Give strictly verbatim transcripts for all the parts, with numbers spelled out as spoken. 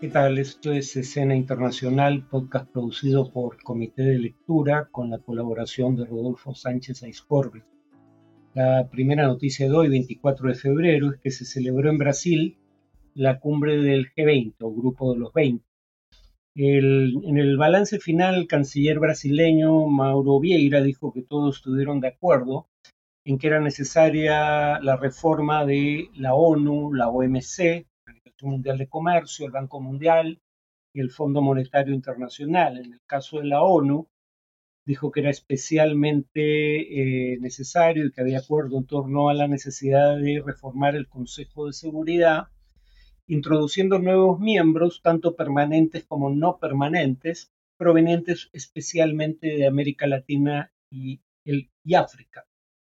¿Qué tal? Esto es Escena Internacional, podcast producido por Comité de Lectura con la colaboración de Rodolfo Sánchez Aizcorbe. La primera noticia de hoy, veinticuatro de febrero, es que se celebró en Brasil la cumbre del G veinte o Grupo de los veinte. El, en el balance final, el canciller brasileño Mauro Vieira dijo que todos estuvieron de acuerdo en que era necesaria la reforma de la ONU, la O M C, la Organización Mundial de Comercio, el Banco Mundial y el Fondo Monetario Internacional. En el caso de la ONU, dijo que era especialmente eh, necesario y que había acuerdo en torno a la necesidad de reformar el Consejo de Seguridad, introduciendo nuevos miembros, tanto permanentes como no permanentes, provenientes especialmente de América Latina y, el, y África.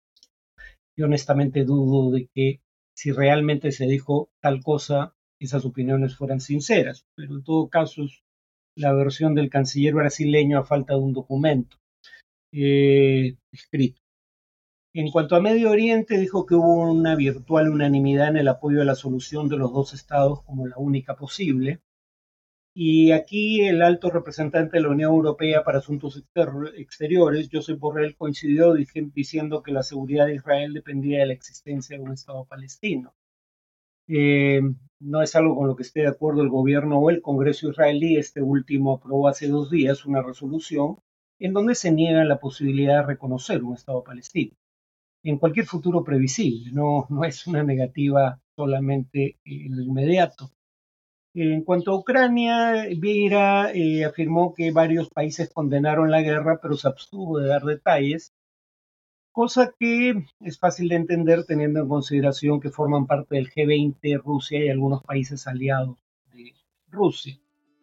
Yo honestamente dudo de que si realmente se dijo tal cosa, esas opiniones fueran sinceras, pero en todo caso es la versión del canciller brasileño a falta de un documento eh, escrito. En cuanto a Medio Oriente, dijo que hubo una virtual unanimidad en el apoyo a la solución de los dos estados como la única posible. Y aquí el alto representante de la Unión Europea para Asuntos Exteriores, Josep Borrell, coincidió diciendo que la seguridad de Israel dependía de la existencia de un Estado palestino. Eh, no es algo con lo que esté de acuerdo el gobierno o el Congreso israelí. Este último aprobó hace dos días una resolución en donde se niega la posibilidad de reconocer un Estado palestino en cualquier futuro previsible. No, no es una negativa solamente en lo inmediato. En cuanto a Ucrania, Vieira eh, afirmó que varios países condenaron la guerra, pero se abstuvo de dar detalles, cosa que es fácil de entender teniendo en consideración que forman parte del G veinte Rusia y algunos países aliados de Rusia.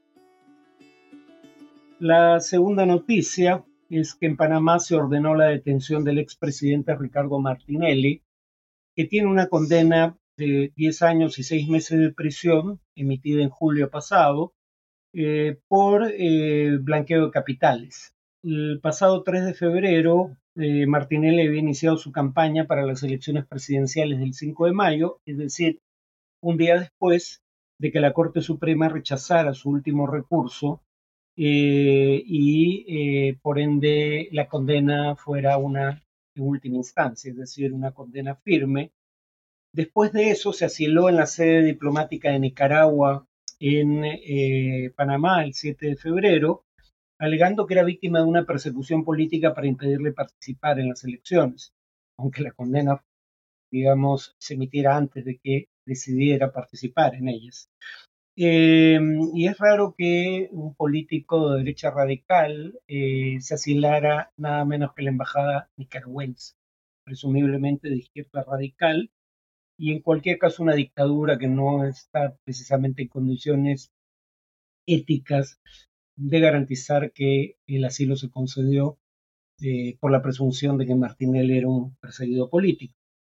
La segunda noticia es que en Panamá se ordenó la detención del expresidente Ricardo Martinelli, que tiene una condena de diez años y seis meses de prisión emitida en julio pasado eh, por eh, blanqueo de capitales. El pasado tres de febrero, eh, Martinelli había iniciado su campaña para las elecciones presidenciales del cinco de mayo, es decir, un día después de que la Corte Suprema rechazara su último recurso eh, y eh, por ende la condena fuera una en última instancia, es decir, una condena firme. Después de eso se asiló en la sede diplomática de Nicaragua en eh, Panamá el siete de febrero, alegando que era víctima de una persecución política para impedirle participar en las elecciones, aunque la condena, digamos, se emitiera antes de que decidiera participar en ellas. Eh, y es raro que un político de derecha radical eh, se asilara nada menos que la embajada nicaragüense, presumiblemente de izquierda radical, y en cualquier caso una dictadura que no está precisamente en condiciones éticas de garantizar que el asilo se concedió eh, por la presunción de que Martinelli era un perseguido político.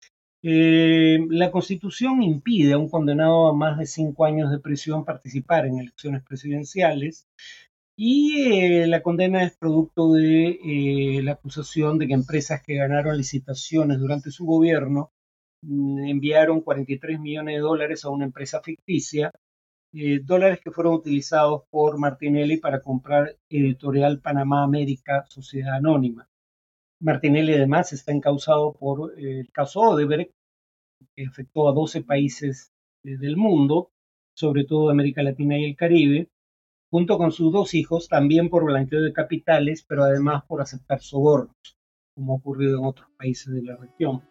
Eh, la Constitución impide a un condenado a más de cinco años de prisión participar en elecciones presidenciales y eh, la condena es producto de eh, la acusación de que empresas que ganaron licitaciones durante su gobierno mm, enviaron cuarenta y tres millones de dólares a una empresa ficticia, eh, dólares que fueron utilizados por Martinelli para comprar Editorial Panamá América, Sociedad Anónima. Martinelli además está encausado por eh, el caso Odebrecht, que afectó a doce países eh, del mundo, sobre todo América Latina y el Caribe, junto con sus dos hijos, también por blanqueo de capitales, pero además por aceptar sobornos, como ha ocurrido en otros países de la región.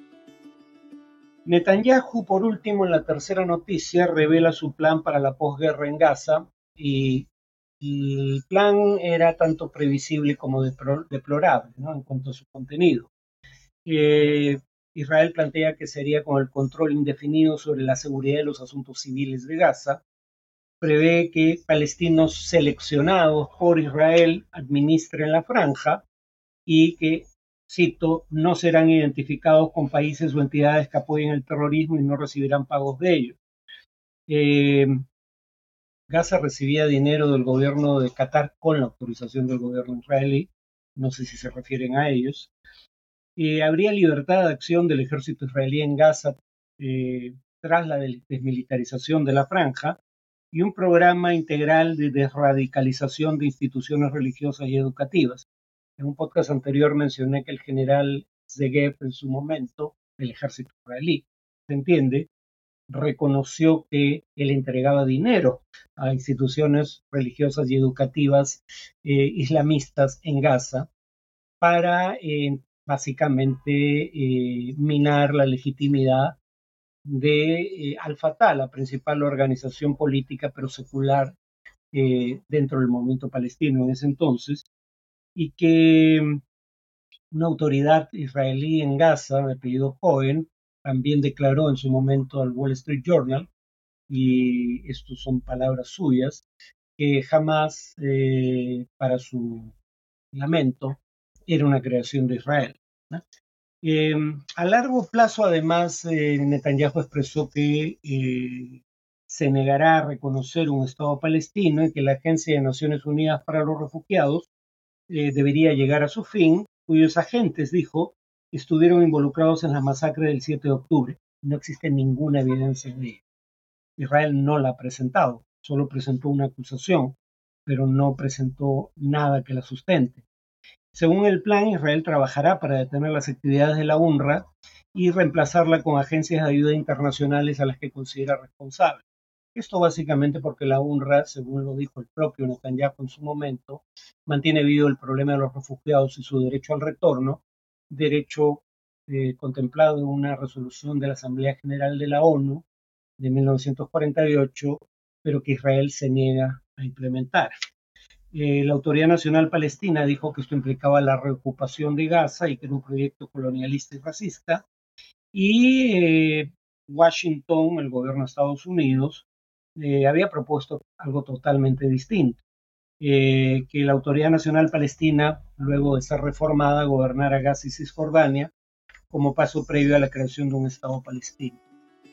Netanyahu, por último, en la tercera noticia, revela su plan para la posguerra en Gaza y, y el plan era tanto previsible como deplorable, ¿no?, en cuanto a su contenido. Eh, Israel plantea que sería con el control indefinido sobre la seguridad de los asuntos civiles de Gaza. Prevé que palestinos seleccionados por Israel administren la franja y que, cito, no serán identificados con países o entidades que apoyen el terrorismo y no recibirán pagos de ellos. Eh, Gaza recibía dinero del gobierno de Qatar con la autorización del gobierno israelí, no sé si se refieren a ellos. Eh, habría libertad de acción del ejército israelí en Gaza eh, tras la desmilitarización de la franja, y un programa integral de desradicalización de instituciones religiosas y educativas. En un podcast anterior mencioné que el general Zegev en su momento, el ejército israelí, ¿se entiende?, reconoció que él entregaba dinero a instituciones religiosas y educativas eh, islamistas en Gaza para eh, básicamente eh, minar la legitimidad de eh, Al-Fatah, la principal organización política pero secular eh, dentro del movimiento palestino en ese entonces, y que mm, una autoridad israelí en Gaza, de apellido Cohen, también declaró en su momento al Wall Street Journal, y estas son palabras suyas, que jamás, eh, para su lamento, era una creación de Israel, ¿no? Eh, a largo plazo, además, eh, Netanyahu expresó que eh, se negará a reconocer un Estado palestino y que la Agencia de Naciones Unidas para los Refugiados eh, debería llegar a su fin, cuyos agentes, dijo, estuvieron involucrados en la masacre del siete de octubre. No existe ninguna evidencia de ello. Israel no la ha presentado, solo presentó una acusación, pero no presentó nada que la sustente. Según el plan, Israel trabajará para detener las actividades de la UNRWA y reemplazarla con agencias de ayuda internacionales a las que considera responsables. Esto básicamente porque la UNRWA, según lo dijo el propio Netanyahu en su momento, mantiene vivo el problema de los refugiados y su derecho al retorno, derecho eh, contemplado en una resolución de la Asamblea General de la ONU de mil novecientos cuarenta y ocho, pero que Israel se niega a implementar. Eh, la Autoridad Nacional Palestina dijo que esto implicaba la reocupación de Gaza y que era un proyecto colonialista y racista. Y eh, Washington, el gobierno de Estados Unidos, eh, había propuesto algo totalmente distinto, eh, que la Autoridad Nacional Palestina, luego de ser reformada, gobernara Gaza y Cisjordania como paso previo a la creación de un Estado palestino.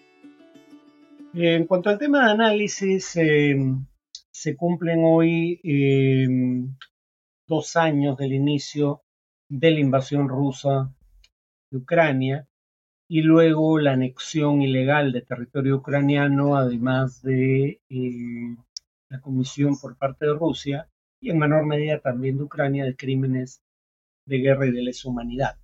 En cuanto al tema de análisis, eh, se cumplen hoy eh, dos años del inicio de la invasión rusa de Ucrania y luego la anexión ilegal de territorio ucraniano, además de eh, la comisión por parte de Rusia y en menor medida también de Ucrania de crímenes de guerra y de lesa humanidad.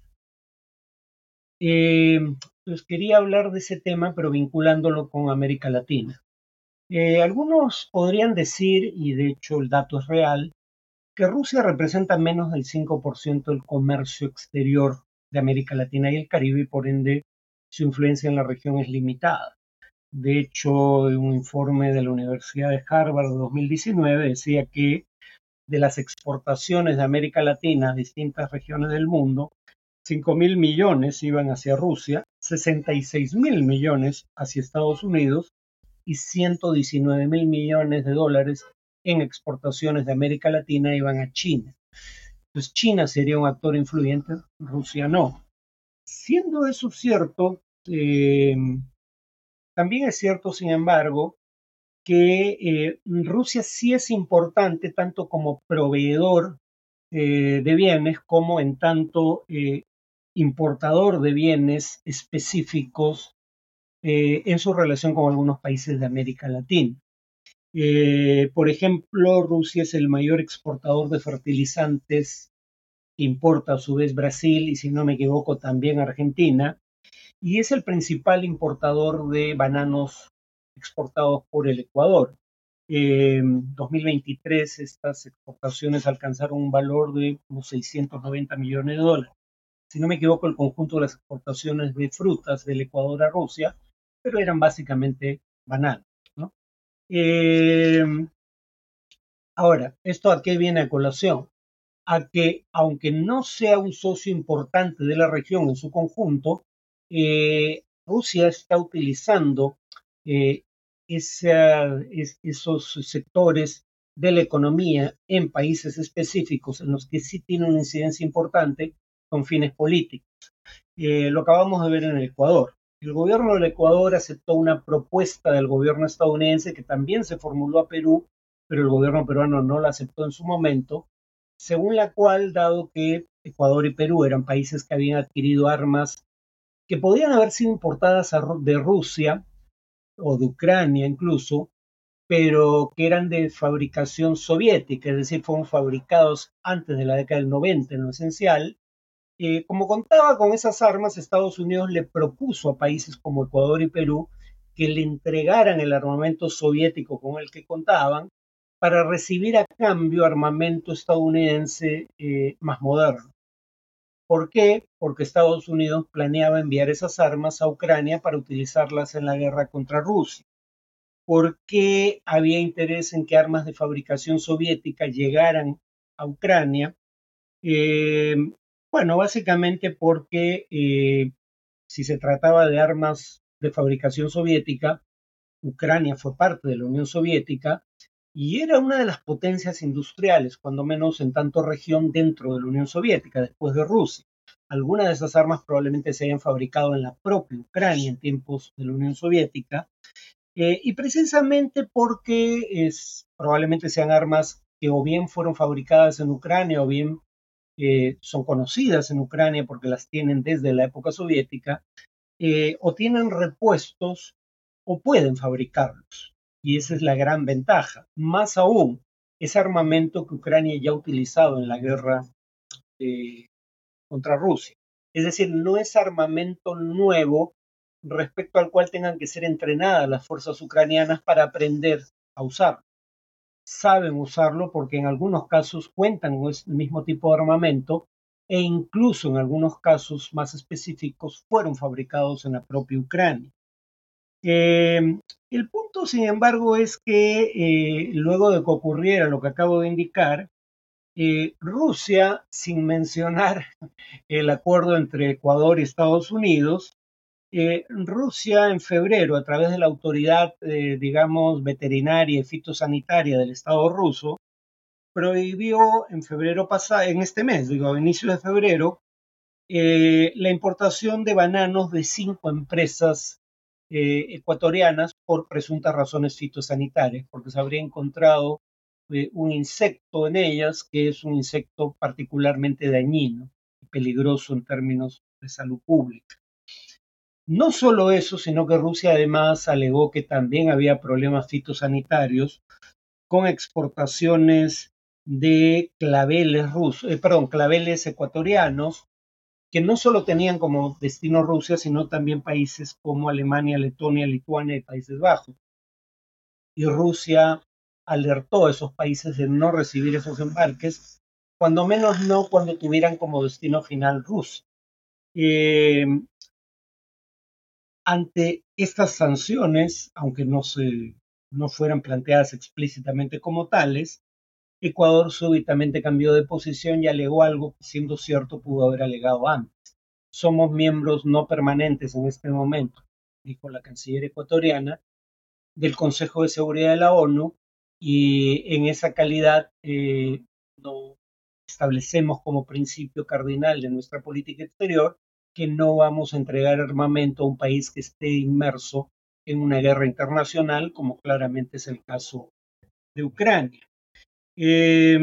Eh, pues quería hablar de ese tema, pero vinculándolo con América Latina. Eh, algunos podrían decir, y de hecho el dato es real, que Rusia representa menos del cinco por ciento del comercio exterior de América Latina y el Caribe y por ende su influencia en la región es limitada. De hecho, un informe de la Universidad de Harvard de dos mil diecinueve decía que de las exportaciones de América Latina a distintas regiones del mundo, cinco mil millones iban hacia Rusia, sesenta y seis mil millones hacia Estados Unidos y ciento diecinueve mil millones de dólares en exportaciones de América Latina iban a China. Entonces China sería un actor influyente, Rusia no. Siendo eso cierto, eh, también es cierto, sin embargo, que eh, Rusia sí es importante tanto como proveedor eh, de bienes como en tanto eh, importador de bienes específicos eh, en su relación con algunos países de América Latina. Eh, por ejemplo, Rusia es el mayor exportador de fertilizantes que importa a su vez Brasil y, si no me equivoco, también Argentina, y es el principal importador de bananos exportados por el Ecuador. En dos mil veintitrés estas exportaciones alcanzaron un valor de unos seiscientos noventa millones de dólares. Si no me equivoco, el conjunto de las exportaciones de frutas del Ecuador a Rusia, pero eran básicamente bananos, ¿no? Eh, ahora, ¿esto a qué viene a colación? A que, aunque no sea un socio importante de la región en su conjunto, eh, Rusia está utilizando eh, esa, es, esos sectores de la economía en países específicos en los que sí tiene una incidencia importante con fines políticos. Eh, lo acabamos de ver en el Ecuador. El gobierno del Ecuador aceptó una propuesta del gobierno estadounidense que también se formuló a Perú, pero el gobierno peruano no la aceptó en su momento, según la cual, dado que Ecuador y Perú eran países que habían adquirido armas que podían haber sido importadas de Rusia o de Ucrania incluso, pero que eran de fabricación soviética, es decir, fueron fabricados antes de la década del noventa en lo esencial. Eh, como contaba con esas armas, Estados Unidos le propuso a países como Ecuador y Perú que le entregaran el armamento soviético con el que contaban para recibir a cambio armamento estadounidense eh, más moderno. ¿Por qué? Porque Estados Unidos planeaba enviar esas armas a Ucrania para utilizarlas en la guerra contra Rusia. ¿Por qué había interés en que armas de fabricación soviética llegaran a Ucrania? Eh, bueno, básicamente porque eh, si se trataba de armas de fabricación soviética, Ucrania fue parte de la Unión Soviética y era una de las potencias industriales, cuando menos en tanto región dentro de la Unión Soviética, después de Rusia. Algunas de esas armas probablemente se hayan fabricado en la propia Ucrania en tiempos de la Unión Soviética, eh, y precisamente porque es, probablemente sean armas que o bien fueron fabricadas en Ucrania o bien eh, son conocidas en Ucrania porque las tienen desde la época soviética, eh, o tienen repuestos o pueden fabricarlos. Y esa es la gran ventaja. Más aún, es armamento que Ucrania ya ha utilizado en la guerra eh, contra Rusia. Es decir, no es armamento nuevo respecto al cual tengan que ser entrenadas las fuerzas ucranianas para aprender a usarlo. Saben usarlo porque en algunos casos cuentan con el mismo tipo de armamento e incluso en algunos casos más específicos fueron fabricados en la propia Ucrania. Eh, el punto, sin embargo, es que eh, luego de que ocurriera lo que acabo de indicar, eh, Rusia, sin mencionar el acuerdo entre Ecuador y Estados Unidos, eh, Rusia en febrero, a través de la autoridad, eh, digamos, veterinaria y fitosanitaria del Estado ruso, prohibió en febrero pasado, en este mes, digo, a inicios de febrero, eh, la importación de bananos de cinco empresas eh, ecuatorianas por presuntas razones fitosanitarias, porque se habría encontrado eh, un insecto en ellas que es un insecto particularmente dañino y peligroso en términos de salud pública. No solo eso, sino que Rusia además alegó que también había problemas fitosanitarios con exportaciones de claveles rusos, eh, perdón, claveles ecuatorianos, que no solo tenían como destino Rusia, sino también países como Alemania, Letonia, Lituania y Países Bajos. Y Rusia alertó a esos países de no recibir esos embarques, cuando menos no cuando tuvieran como destino final Rusia. Eh, ante estas sanciones, aunque no, se, no fueran planteadas explícitamente como tales, Ecuador súbitamente cambió de posición y alegó algo que, siendo cierto, pudo haber alegado antes. Somos miembros no permanentes en este momento, dijo la canciller ecuatoriana, del Consejo de Seguridad de la ONU, y en esa calidad eh, no establecemos como principio cardinal de nuestra política exterior que no vamos a entregar armamento a un país que esté inmerso en una guerra internacional, como claramente es el caso de Ucrania. Eh,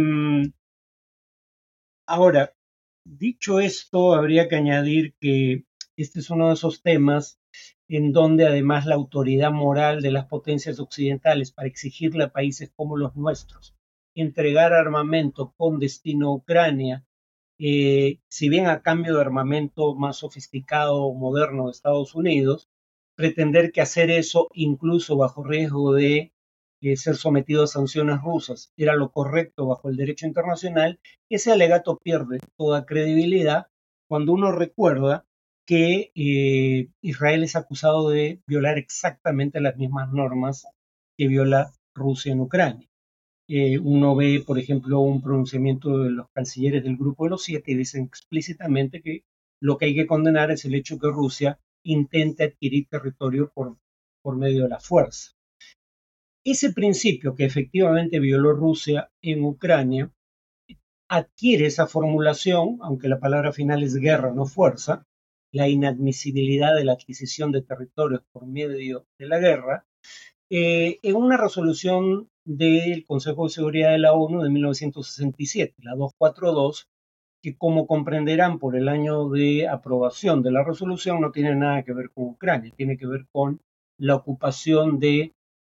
ahora, dicho esto, habría que añadir que este es uno de esos temas en donde además la autoridad moral de las potencias occidentales para exigirle a países como los nuestros entregar armamento con destino a Ucrania, eh, si bien a cambio de armamento más sofisticado o moderno de Estados Unidos, pretender que hacer eso incluso bajo riesgo de eh, ser sometido a sanciones rusas era lo correcto bajo el derecho internacional, ese alegato pierde toda credibilidad cuando uno recuerda que eh, Israel es acusado de violar exactamente las mismas normas que viola Rusia en Ucrania. Eh, uno ve, por ejemplo, un pronunciamiento de los cancilleres del Grupo de los Siete y dicen explícitamente que lo que hay que condenar es el hecho que Rusia intente adquirir territorio por, por medio de la fuerza. Ese principio que efectivamente violó Rusia en Ucrania adquiere esa formulación, aunque la palabra final es guerra, no fuerza, la inadmisibilidad de la adquisición de territorios por medio de la guerra, eh, en una resolución del Consejo de Seguridad de la ONU de mil novecientos sesenta y siete, la doscientos cuarenta y dos, que como comprenderán por el año de aprobación de la resolución no tiene nada que ver con Ucrania, tiene que ver con la ocupación de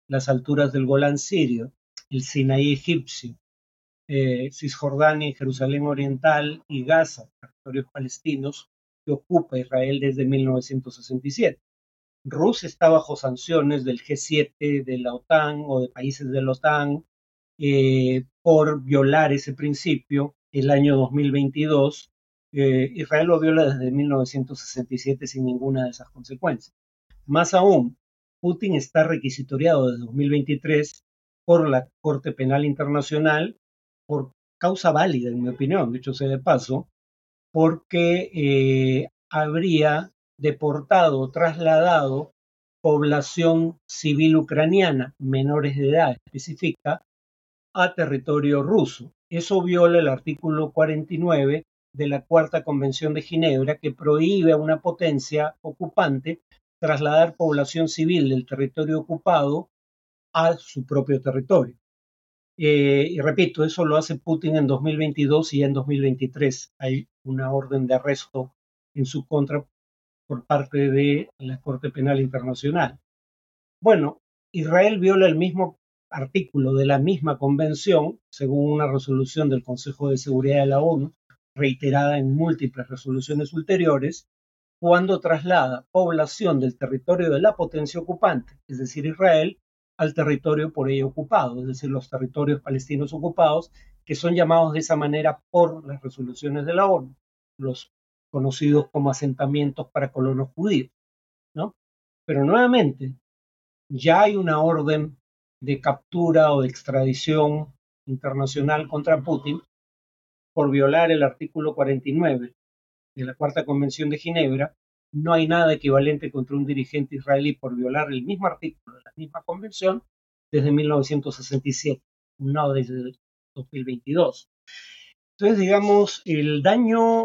las alturas del Golán sirio, el Sinaí egipcio, eh, Cisjordania y Jerusalén Oriental y Gaza, territorios palestinos que ocupa Israel desde mil novecientos sesenta y siete. Rusia está bajo sanciones del G siete, de la OTAN o de países de la OTAN eh, por violar ese principio. El año dos mil veintidós, eh, Israel lo viola desde mil novecientos sesenta y siete sin ninguna de esas consecuencias. Más aún, Putin está requisitoriado desde dos mil veintitrés por la Corte Penal Internacional por causa válida, en mi opinión, dicho sea de paso, porque eh, habría deportado o trasladado población civil ucraniana, menores de edad específica, a territorio ruso. Eso viola el artículo cuarenta y nueve de la Cuarta Convención de Ginebra, que prohíbe a una potencia ocupante trasladar población civil del territorio ocupado a su propio territorio. Eh, y repito, eso lo hace Putin en dos mil veintidós y en dos mil veintitrés hay una orden de arresto en su contra por parte de la Corte Penal Internacional. Bueno, Israel viola el mismo artículo de la misma convención, según una resolución del Consejo de Seguridad de la ONU, reiterada en múltiples resoluciones ulteriores, cuando traslada población del territorio de la potencia ocupante, es decir, Israel, al territorio por ella ocupado, es decir, los territorios palestinos ocupados, que son llamados de esa manera por las resoluciones de la ONU, los conocidos como asentamientos para colonos judíos, ¿no? Pero nuevamente, ya hay una orden de captura o de extradición internacional contra Putin por violar el artículo cuarenta y nueve de la Cuarta Convención de Ginebra. No hay nada equivalente contra un dirigente israelí por violar el mismo artículo de la misma convención desde mil novecientos sesenta y siete, no desde dos mil veintidós. Entonces, digamos, el daño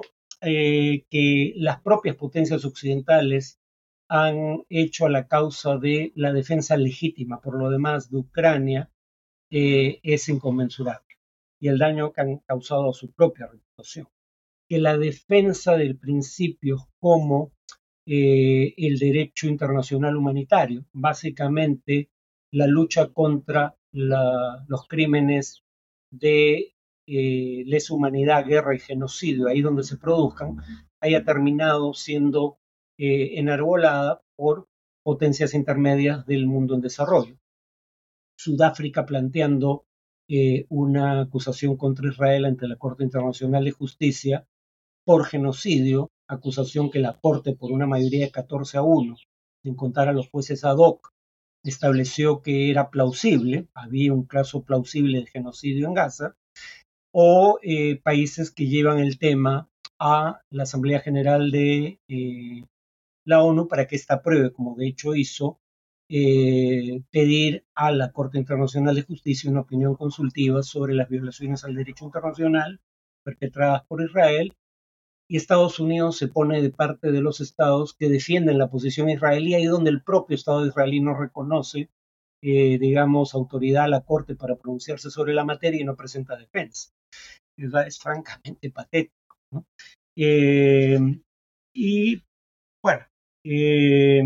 eh, que las propias potencias occidentales han hecho a la causa de la defensa legítima, por lo demás, de Ucrania, eh, es inconmensurable. Y el daño que han causado a su propia reputación. Que la defensa del principio como eh, el derecho internacional humanitario, básicamente la lucha contra la, los crímenes de eh, lesa humanidad, guerra y genocidio, ahí donde se produzcan, haya terminado siendo eh, enarbolada por potencias intermedias del mundo en desarrollo. Sudáfrica planteando eh, una acusación contra Israel ante la Corte Internacional de Justicia por genocidio, acusación que la Corte, por una mayoría de catorce a uno, sin contar a los jueces ad hoc, estableció que era plausible, había un caso plausible de genocidio en Gaza, o eh, países que llevan el tema a la Asamblea General de eh, la ONU para que ésta apruebe, como de hecho hizo, eh, pedir a la Corte Internacional de Justicia una opinión consultiva sobre las violaciones al derecho internacional perpetradas por Israel, y Estados Unidos se pone de parte de los estados que defienden la posición israelí, ahí donde el propio Estado israelí no reconoce, eh, digamos, autoridad a la Corte para pronunciarse sobre la materia y no presenta defensa. Es, es francamente patético, ¿no? Eh, y bueno, eh,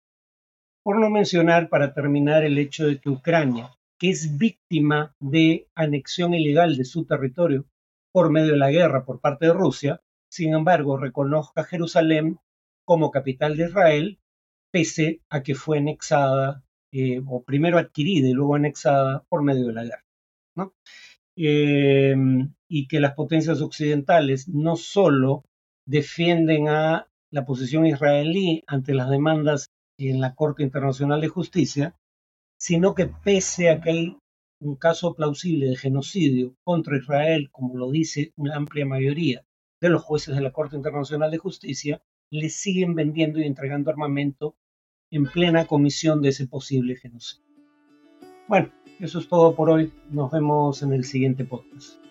por no mencionar, para terminar, el hecho de que Ucrania, que es víctima de anexión ilegal de su territorio por medio de la guerra por parte de Rusia, sin embargo, reconozca Jerusalén como capital de Israel, pese a que fue anexada, eh, o primero adquirida y luego anexada por medio de la guerra, ¿no? Eh, y que las potencias occidentales no solo defienden a la posición israelí ante las demandas en la Corte Internacional de Justicia, sino que pese a que hay un caso plausible de genocidio contra Israel, como lo dice una amplia mayoría de los jueces de la Corte Internacional de Justicia, le siguen vendiendo y entregando armamento en plena comisión de ese posible genocidio. Bueno, eso es todo por hoy. Nos vemos en el siguiente podcast.